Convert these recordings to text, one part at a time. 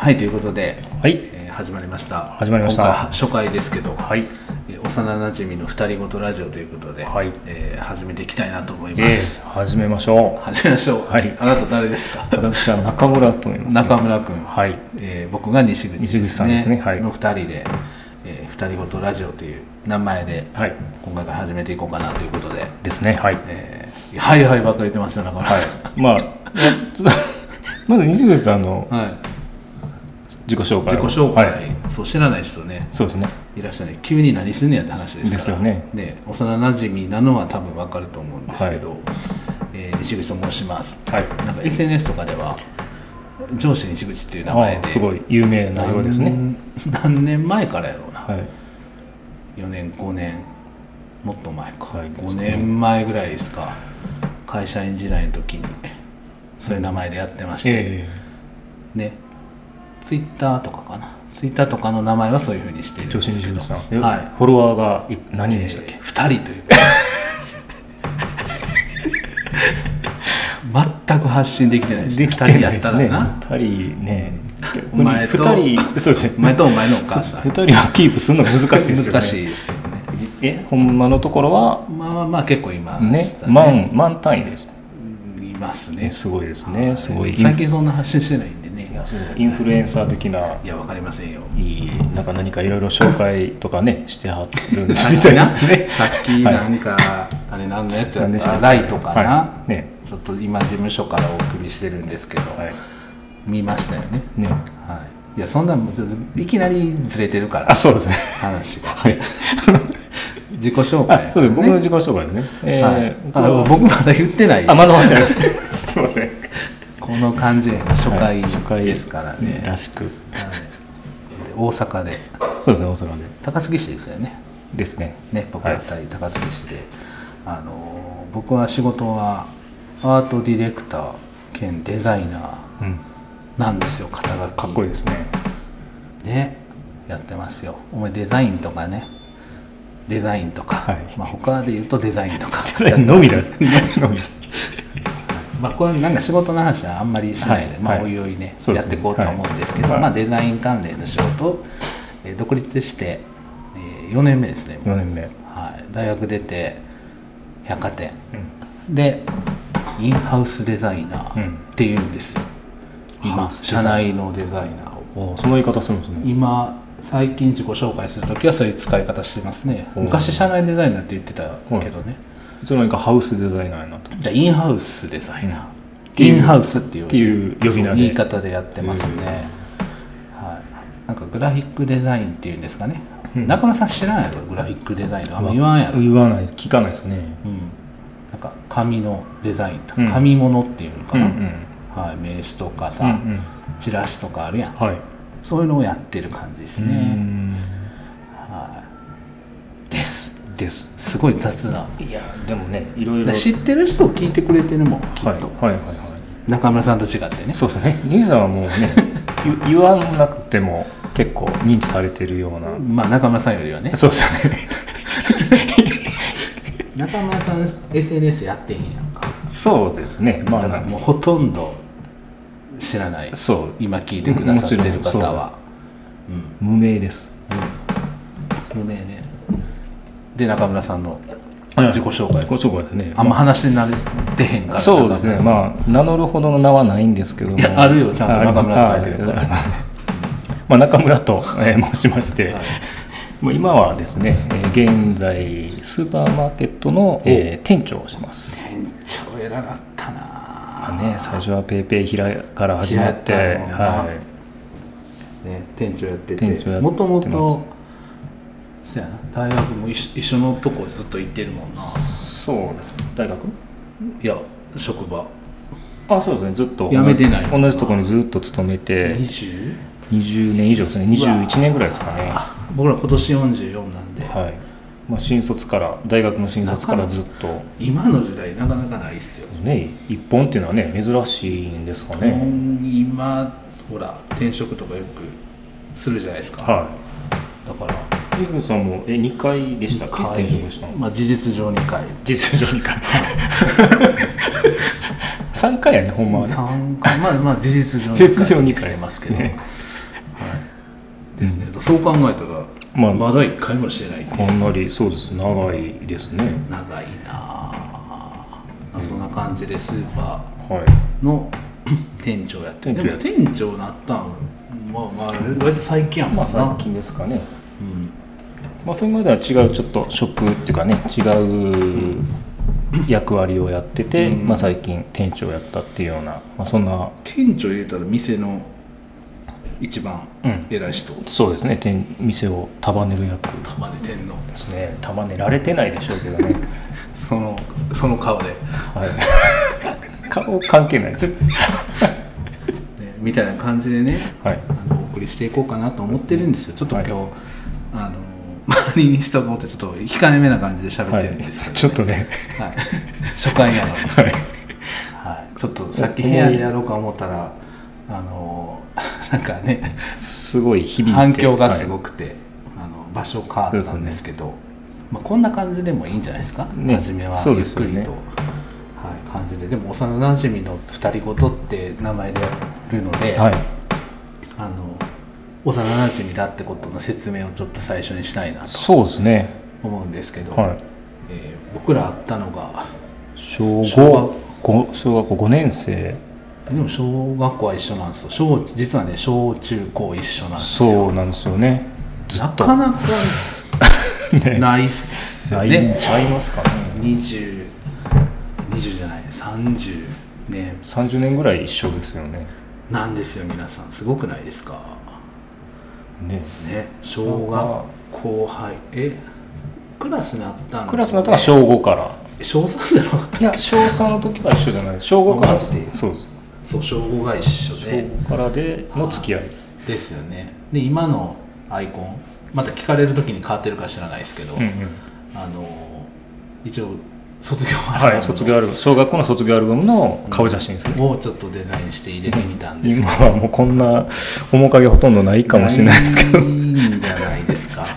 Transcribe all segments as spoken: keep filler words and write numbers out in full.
はい、ということで、 はい、 えー、始まりました。 始まりました。 今回初回ですけど、 はい、 えー、幼なじみの二人ごとラジオということで、はい、えー、始めていきたいなと思います。 えー、始めましょう。 始めましょう。はい。あなた誰ですか？ 私は中村と言います、ね。 中村君。はい。えー、僕が西口ですね。西口さんですね。はい。の二人で、えー、二人ごとラジオという名前で、はい、今回から始めていこうかなということで。 ですね。はい。 えー、はいはいばっかり言ってますよ中村さん。はい、まあ。 まず西口さんの自己紹介、 自己紹介、はい、そう知らない人ね、 そうですね、 いらっしゃるね。急に何すんねやって話ですからですよね。 ね、幼なじみなのは多分わかると思うんですけど、はい、えー、西口と申します。はい、なんか エスエヌエス とかでは上司西口っていう名前で、 すごい有名なようですね。 何年前からやろうな。 はい、 よねんごねんもっと前か、はい、ごねんまえぐらいですか。会社員時代の時に。そういう名前でやってまして、えー、ね、ツイッターとかかな、ツイッターとかの名前はそういうふうにしているんですけど、 はい、フォロワーが何人でしたっけ？ えー、ふたりという全く発信できてないです。 できてないですね。ふたりね、 お前とお前とお前のお母さんふたりはキープするのが難しいですよね。 難しいですよね。 え、ほんまのところはまあまあまあ結構今ね、万万単位です。 いますね。 すごいですね。すごい。 最近そんな発信してないんでね。 いや、そうインフルエンサー的な。 いや、わかりませんよ。 いい、なんか何かいろいろ紹介とかね、してはるんですみたいですね。 さっきなんか、はい、あれ何のやつやった？ライトかな、はい、ね。ちょっと今事務所からお送りしてるんですけど、はい、見ましたよね。ね。はい。いや、そんなもういきなりずれてるから。 あ、そうですね。 話が。はい。自己紹介、ね、 そうです。僕の自己紹介ですね。えーはい、あ僕まだ言ってない。 あ、まだ言ってないです。すみません。 この感じが初回ですからね。 はい、らしく、はい。 大阪で。 そうですね、大阪で。 高槻市ですよね。 ですね。 ね、僕らふたり高槻市で、あの僕は仕事はアートディレクター兼デザイナーなんですよ。肩書き。 かっこいいですね。ね、 やってますよ。お前デザインとかね。デザインとか、はい、まあ他で言うとデザインとかのみです。 まあこれなんか仕事の話はあんまりしないで、はい、まあおいおいね、はい、やっていこうとは思うんですけど、はい、まあデザイン関連の仕事を、えー、独立して、えー、よねんめですね。 よねんめ。 はい。大学出て百貨店、うん、でインハウスデザイナーっていうんですよ。うん、今社内のデザイナーを。 その言い方するんですね。 今最近自己紹介するときはそういう使い方してますね。昔社内デザイナーって言ってたけどね。 いつの間にかハウスデザイナーになった。 じゃあインハウスデザイナー、インハウスっていうっていう呼び名で言い方でやってますね。はい。なんかグラフィックデザインっていうんですかね。うん、中村さん知らないのグラフィックデザインあんま言わんやろ。 言わない、聞かないですね。 うん。なんか紙のデザインとか、うん、紙物っていうのかな。うんうん、はい。名刺とかさ、うんうん、チラシとかあるやん。はい。そういうのをやってる感じですね。はい。です。 です。 すごい雑な。 いやでもね、いろいろ知ってる人を聞いてくれてるもん、きっと。はいはいはいはい。中村さんと違ってね。 そうですね。兄さんはもうね、言わなくても結構認知されてるような。 まあ中村さんよりはね。 そうですよね。 中村さん エスエヌエス やってへんやんか。 そうですね。 まあだからもうほとんど。知らない。そう今聞いてくださってる方は、 うん、無名です、 うん、無名ね。で中村さんの自己紹介、 自己紹介ですね。 あんま話になれてへんから。 そうですね。まあ名乗るほどの名はないんですけども。 いやあるよ、ちゃんと中村って書いてるから。 まあ中村と、えー、申しまして、はい、もう今はですね、えー、現在スーパーマーケットの、えー、店長をします。 店長偉かったな。 ね、最初はペイペイ平から始まって、はいね、店長やってて、もともとそうやな、大学も一緒、一緒のとこずっと行ってるもんな。 そうですね。大学？ いや職場。 あ、そうですね。ずっと辞めてない。 同じところにずっと勤めてにじゅう？ にじゅうねん以上ですね。にじゅういちねんぐらいですかね。 僕ら今年よんじゅうよんなんで。 はい。まあ、新卒から大学の新卒からずっと今の時代なかなかないっすよね。一本っていうのはね珍しいんですかね。 今ほら転職とかよくするじゃないですか。はい。だから井口さんもえにかいでしたっけ転職したの。 まあ事実上にかい。 事実上にかい。さんかいやねほんまはね。 さんかいまあまあ事実上にかいしてますけど、ね、 ですね、うん、そう考えたら、まあ、まだいっかいもしてないって。 かなりそうです、長いですね。 長いな、うん、そんな感じでスーパーの、はい、店長やって、でも店長になったんまあまあ割と最近やもんな。 まあ最近ですかね、うんまあ、それまでは違うちょっと職っていうかね、違う役割をやってて、うんまあ、最近店長やったっていうような、まあ、そんな。 店長入れたら店の一番偉い人、 うん、そうですね、店を束ねる役束ねてんのですね。束ねられてないでしょうけどねそのその顔で、 はい、顔関係ないです、ね、 みたいな感じでね、 はい、 あのお送りしていこうかなと思ってるんですよ。ちょっと今日、はい、あの周りに人がおってちょっと控えめな感じで喋ってるんですけど、ねはい、ちょっとね、 はい、初回やのに、はいはい、ちょっとさっき部屋でやろうか思ったらあのなんかねすごい響いて反響がすごくて、はい、あの場所変わったんですけど、ねまあ、こんな感じでもいいんじゃないですか、ね、初めはゆっくりと、ねはい、感じで。でも幼なじみのふたりごとって名前でやるので、はい、あの幼なじみだってことの説明をちょっと最初にしたいなとそうですね思うんですけど、 はいえー、僕ら会ったのが小学校小学校ごねん生でも小学校は一緒なんですよ。小実はね小中高一緒なんですよ。 そうなんですよね。 なかなかね、ないっすよね。 ないちゃいますかね。 にじゅう、にじゅうじゃないさんじゅうねんさんじゅうねんぐらい一緒ですよね。 なんですよ。皆さんすごくないですかね。 ね小学後輩えクラスになったんクラスになったのが小ごから小さんじゃなかったっけ。 いや小さんの時は一緒じゃない。小ごからマジでそうです。 そう小ごが一緒で小ごからでの付き合いですよね。で今のアイコンまた聞かれる時に変わってるか知らないですけど、うんうん、あの一応卒業アルバムの、 はい、卒業アルバム小学校の卒業アルバムの顔写真ですね、 うん、をちょっとデザインして入れてみたんですけど、 今はもうこんな面影ほとんどないかもしれないですけどいいんじゃないですか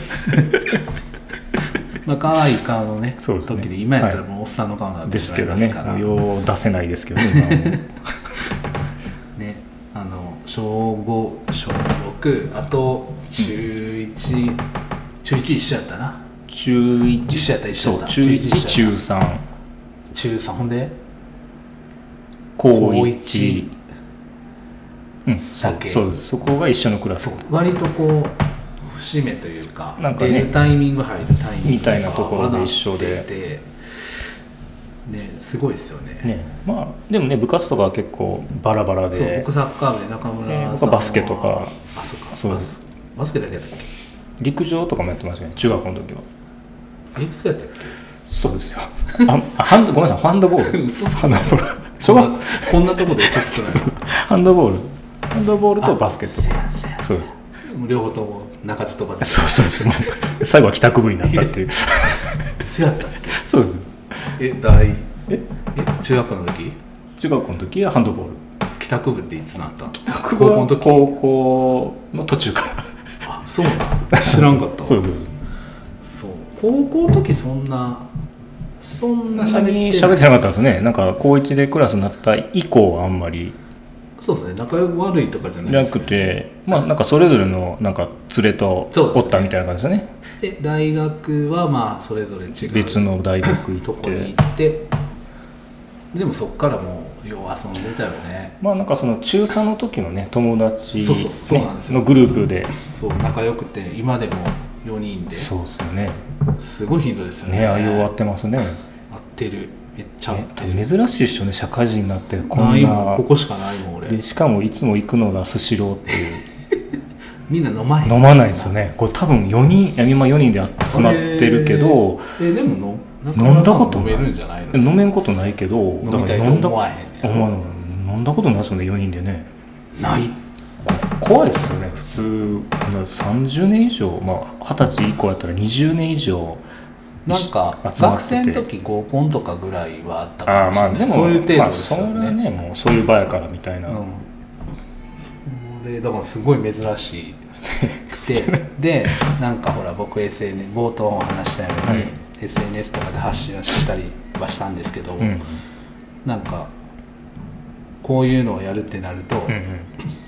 まあ可愛い顔のねそうですね時で今やったらもうおっさんの顔なんてしまいますから、 ですけどねよう出せないですけどね今もねあの小ご小ろくあと中いち、うん、中いち一緒やったな。 中いち一緒やった一緒やった中いち中さん中さんほんで高いちうんだけそうです。そこが一緒のクラス。 割とこう節目というか、 なんかね、 出るタイミング入るタイミングみたいなところで一緒でね、すごいですよね。 ねまあ、でもね部活とかは結構バラバラでそう僕サッカー部で中村さん、 ね、僕はバスケとかあそうかそうバスバスケだけだっけ。 陸上とかもやってましたね中学校の時は。 えそうやったっけ。 そうですよあハンドごめんなさいハンドボール嘘つハンドボール小学こんなとこで嘘つくないハンドボールハンドボールとバスケットせやせやそうです両方とも中津飛ばずそうそうそう最後は帰宅部になったっていうそうやったっけ。 そうですえ大ええ中学校の時中学校の時はハンドボール帰宅部っていつなった帰宅部は高校の時高校の途中からあそうなん知らんかったわそうそうそう高校の時そんなそんな喋ってない喋ってなかったんですね。なんか高いちでクラスになった以降はあんまりそうですね仲良く悪いとかじゃないですか、ね、なくてまあなんかそれぞれのなんか連れとおったみたいな感じですね。 で大学はまあそれぞれ違う別の大学行ってとこに行ってでもそっからもうよう遊んでたよね。 まあなんかその中さんの時のね友達、ね、 そうそうそうなんですよのグループでそう仲良くて今でもよにんでそうですよねすごい頻度ですよね。 ねああいう合ってますね。 合ってるめっちゃ合ってる、 ね、珍しいっしょね社会人になってこんなここしかないもん俺でしかもいつも行くのがスシローっていうみんな飲まへん飲まないですよね。これ多分よにんいや今よにんで集まってるけどえー、でもの飲んだことない飲めるんじゃないの。 飲めんことないけど飲みたいと思わへんねん。 思わない飲んだことないですよねよにんでね。 ない怖いですよね普通さんじゅうねん以上まあはたち以降やったらにじゅうねん以上なんか学生の時合コンとかぐらいはあったかもしれない。あ、まあ、でもそういう程度ですよね、 まあ、それはねもうそういう場やからみたいな、うん、 それだからすごい珍しくてでなんかほら僕 エスエヌエス 冒頭話したように、はい、エスエヌエス とかで発信をしてたりはしたんですけど、うん、なんかこういうのをやるってなると、うんうん、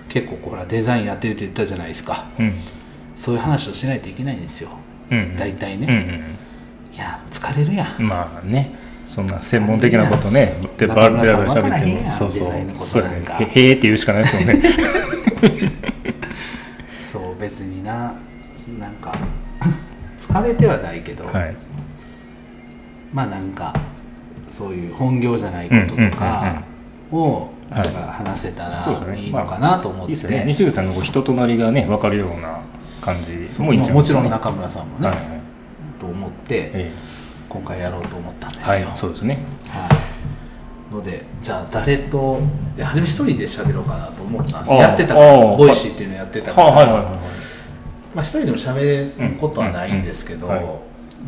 結構ほらデザインやってるって言ったじゃないですか、 うん、 そういう話をしないといけないんですよ、 うんうん、 大体ね、 うんうん、 いや疲れるやん。 まあね、そんな専門的なことねでバラバラ喋ってもそうそうそうやね、へへーって言うしかないですもんねそう別にな、なんか疲れてはないけど、はい、まあなんかそういう本業じゃないこととかをなんか話せたらいいのかなと思って、はい、いいですよね、 西口さんの人となりがね分かるような感じもいいんじゃないですかね。 もちろん中村さんもね、 はいはい、 と思って、ええ、今回やろうと思ったんですよ。 はい、そうですね、 はい、のでじゃあ誰とで初め一人で喋ろうかなと思ったんです。やってたからボイシーっていうのやってたから、はいはいはいはい、まあ一人でも喋れることはないんですけど、うんうんうん、はい、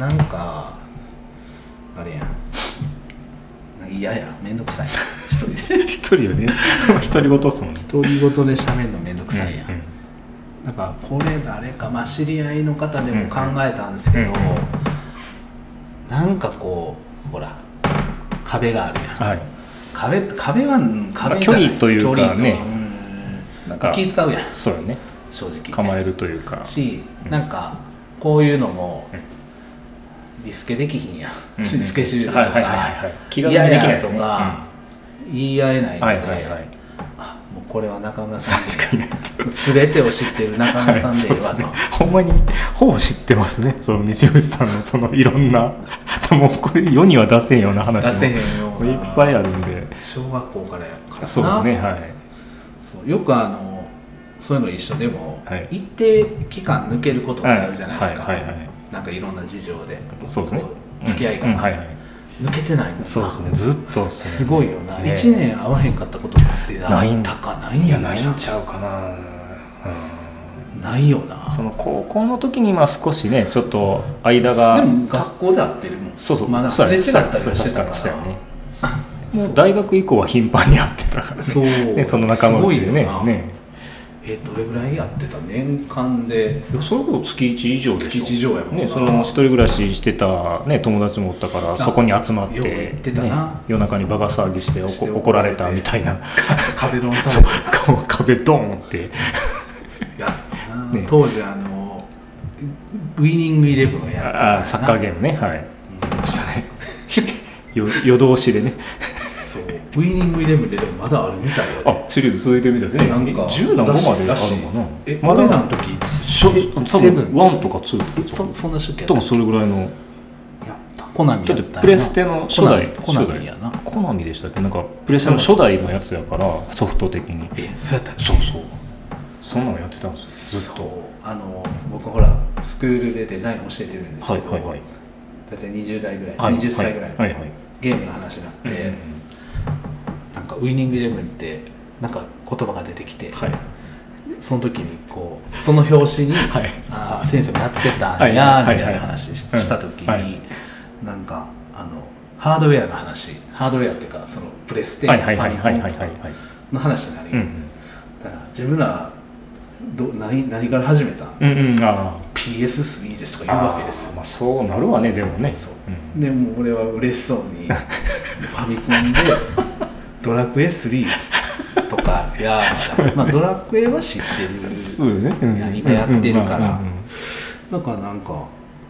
なんかあれやん、嫌やめんどくさい一人で一人よね独り言っすもんね。 独り言で喋るのめんどくさいやん、うんうん、だからこれ誰か、まあ、知り合いの方でも考えたんですけど、うんうん、なんかこうほら壁があるやん、はい、壁, 壁は壁じゃない、まあ、距離というかね、 うん、なんか気使うやん、 そうよね、 正直、ね、 構えるというかし、なんかこういうのも、うんリスケできひんや、うん、スケジュールとか嫌やとか言い合えないので、はいはいはい、あもうこれは中村さん全てを知ってる中村さんでいいわと、はいね、 ほんまにほぼ知ってますね、その西口さんのそのいろんなもうこれ世には出せんような話もいっぱいあるんで、 小学校からやからな。 そうですね、はい、 そうよくあのそういうの一緒でも、はい、一定期間抜けることってあるじゃないですか、はいはいはいはい、なんかいろんな事情でそうですね、 付き合いが、うんうんはいはい、抜けてないもんな。 そうですね、ずっと、ね、 すごいよな、ね、いちねん会わへんかったことってないんだかないんやないんちゃうかな、 うん、ないよな。 その高校の時にまあ少しねちょっと間がでも学校で会ってるもん。 そうそう、 まあ、すれ違ったりはしてたから、 もう大学以降は頻繁に会ってたからそう、ね、その仲間内でねねえどれぐらいやってた年間で。 いやそれこそ月いち以上でしょ。 月いち以上やもんね。 その一人暮らししてた、ね、友達もおったからそこに集まって、 ってたな、 ね、夜中にバカ騒ぎしてして怒られたみたいな壁ドンされて壁ドンってやっ、ね、当時あのウィニングイレブンをやってたあサッカーゲームね、はい、うん、ましたね夜通しでねそうウィニングイレブンででもまだあるみたいやで、 あシリーズ続いてるみたいですね。なんかじゅう何個まであるのかな。 えまだ俺らの時セブンワンとかツーとかそ, そんな初期やった。 多分それぐらいのやったコナミやったんやな。 プレステの初代コナミやな。 コナミでしたっけ。なんかプレステの初代のやつやからソフト的に。 えそうやったっけ。 そうそうそんなのやってたんですよずっと。 あの僕ほらスクールでデザイン教えてるんですけど、はいはいはい、だいたいにじゅう代ぐらい、はい、はちさいぐらいの、はいはいはい、ゲームの話になって、うんうん、なんかウィニングイレブンってなんか言葉が出てきて、はい、その時にこうその表紙に、はい、あ先生もやってたんやみたいな話した時に、はいはいはい、なんかあのハードウェアの話、ハードウェアっていうかそのプレステ、はいはいはいはいはいの話になるよ、うんうん、だから自分らど 何, 何から始めた、うんうん、あ ピーエススリー ですとか言うわけですよ。 まあ、そうなるわねでもね。 そう、うん、でも俺は嬉しそうにファミコンでドラクエスリーとかいや、まあ、ドラクエは知ってるそうね、うん、今やってるから、うんうんうん、だからなんかあの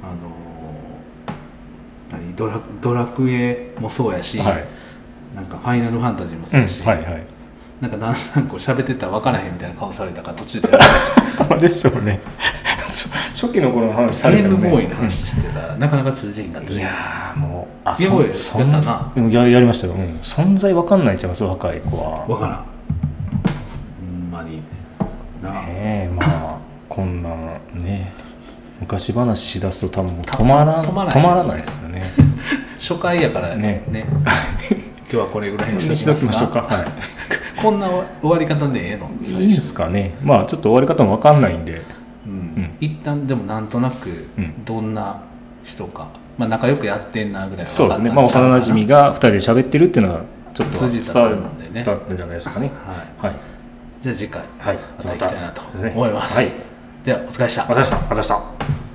何 ド, ラドラクエもそうやし、はい、なんかファイナルファンタジーもそうやし、うんはいはい、なんか何かこう喋ってたら分からへんみたいな顔されたから途中でやめましたでしょうね初期の頃の話されてもね、 ゲームボーイの話してたら、うん、なかなか通じんかった、ね、 いやもうあゲームボーイやったな。 や, やりましたよ、うん、存在分かんないんちゃいます若い子は。 分からんほんまになねえまあこんなね昔話しだすと多分止まら止まらない、止まらないですよね初回やからね, ね今日はこれぐらいにしときましょうか、はい、こんな終わり方でええのいいですかね。まあちょっと終わり方も分かんないんで、 うんうん、一旦でもなんとなくどんな人か、うん、まあ、仲良くやってんなぐらいは分かったんちゃうかな。そうですね、まあ、 幼なじみがふたりで喋ってるっていうのはちょっと通じたと思うんでね、 伝わったんじゃないですかね、はいはい、 じゃあ次回また行きたいなと思います、はい、ではお疲れ様でした。 お疲れ様でした。